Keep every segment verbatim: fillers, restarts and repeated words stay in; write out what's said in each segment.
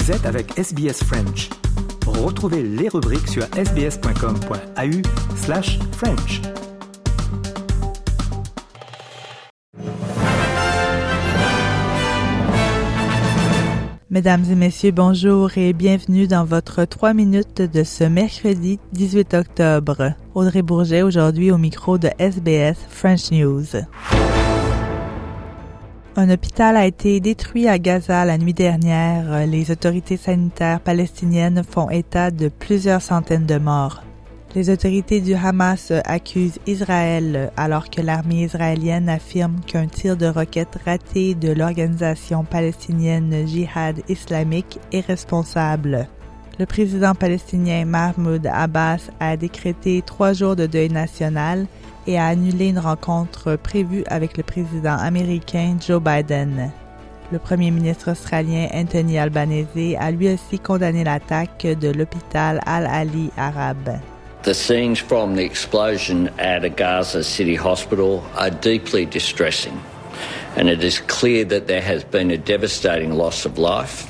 Vous êtes avec S B S French. Retrouvez les rubriques sur sbs.com.au slash French. Mesdames et messieurs, bonjour et bienvenue dans votre trois minutes de ce mercredi dix-huit octobre. Audrey Bourget aujourd'hui au micro de S B S French News. Un hôpital a été détruit à Gaza la nuit dernière. Les autorités sanitaires palestiniennes font état de plusieurs centaines de morts. Les autorités du Hamas accusent Israël alors que l'armée israélienne affirme qu'un tir de roquette raté de l'organisation palestinienne Jihad islamique est responsable. Le président palestinien Mahmoud Abbas a décrété trois jours de deuil national et a annulé une rencontre prévue avec le président américain Joe Biden. Le premier ministre australien Anthony Albanese a lui aussi condamné l'attaque de l'hôpital Al-Ali arabe. The scenes from the explosion at a Gaza City hospital are deeply distressing, and it is clear that there has been a devastating loss of life.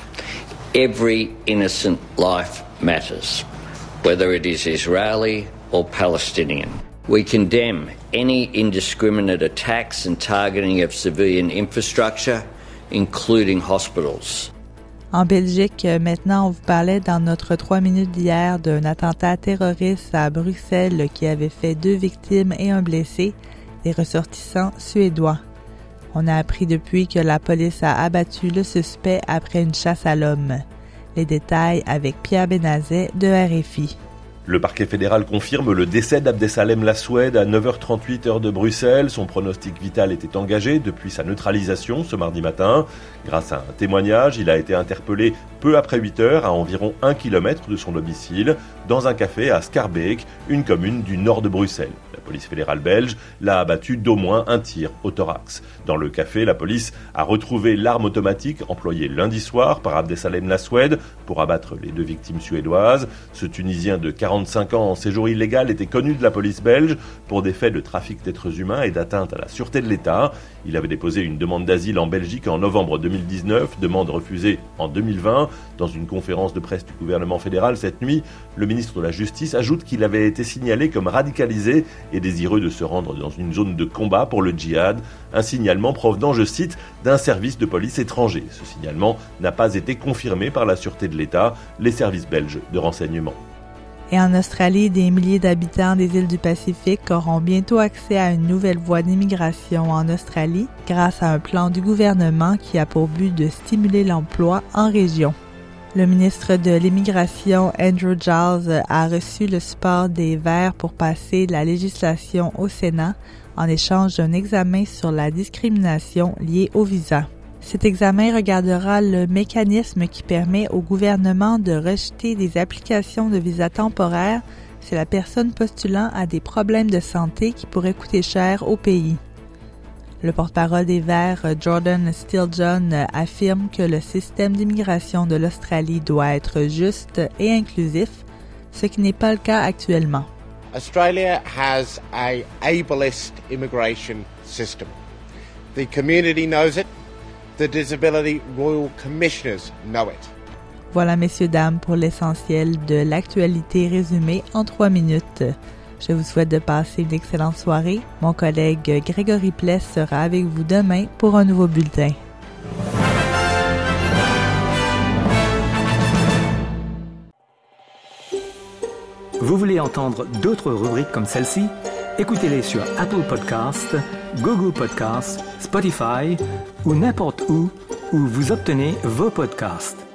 Every innocent life matters, whether it is Israeli or Palestinian. We condemn any indiscriminate attacks and targeting of civilian infrastructure, including hospitals. En Belgique, maintenant, on vous parlait dans notre trois minutes d'hier d'un attentat terroriste à Bruxelles qui avait fait deux victimes et un blessé, des ressortissants suédois. On a appris depuis que la police a abattu le suspect après une chasse à l'homme. Les détails avec Pierre Benazet de R F I. Le parquet fédéral confirme le décès d'Abdesalem Laswed à neuf heures trente-huit heure de Bruxelles. Son pronostic vital était engagé depuis sa neutralisation ce mardi matin. Grâce à un témoignage, il a été interpellé peu après huit heures à environ un kilomètre de son domicile, dans un café à Schaerbeek, une commune du nord de Bruxelles. La police fédérale belge l'a abattu d'au moins un tir au thorax. Dans le café, la police a retrouvé l'arme automatique employée lundi soir par Abdesalem Laswed pour abattre les deux victimes suédoises. Ce Tunisien de quarante-cinq ans en séjour illégal était connu de la police belge pour des faits de trafic d'êtres humains et d'atteinte à la sûreté de l'État. Il avait déposé une demande d'asile en Belgique en novembre deux mille dix-neuf, demande refusée en deux mille vingt. Dans une conférence de presse du gouvernement fédéral cette nuit, le ministre de la Justice ajoute qu'il avait été signalé comme radicalisé et désireux de se rendre dans une zone de combat pour le djihad, un signalement provenant, je cite, d'un service de police étranger. Ce signalement n'a pas été confirmé par la sûreté de l'État, les services belges de renseignement. Et en Australie, des milliers d'habitants des îles du Pacifique auront bientôt accès à une nouvelle voie d'immigration en Australie grâce à un plan du gouvernement qui a pour but de stimuler l'emploi en région. Le ministre de l'Immigration, Andrew Giles, a reçu le support des Verts pour passer la législation au Sénat en échange d'un examen sur la discrimination liée au visa. Cet examen regardera le mécanisme qui permet au gouvernement de rejeter des applications de visa temporaire si la personne postulant a des problèmes de santé qui pourraient coûter cher au pays. Le porte-parole des Verts, Jordan Steele-John, affirme que le système d'immigration de l'Australie doit être juste et inclusif, ce qui n'est pas le cas actuellement. Australia has a ableist immigration system. The community knows it. The Disability Royal Commissioners know it. Voilà, messieurs, dames, pour l'essentiel de l'actualité résumée en trois minutes. Je vous souhaite de passer une excellente soirée. Mon collègue Grégory Pless sera avec vous demain pour un nouveau bulletin. Vous voulez entendre d'autres rubriques comme celle-ci? Écoutez-les sur Apple Podcasts, Google Podcasts, Spotify ou n'importe où où vous obtenez vos podcasts.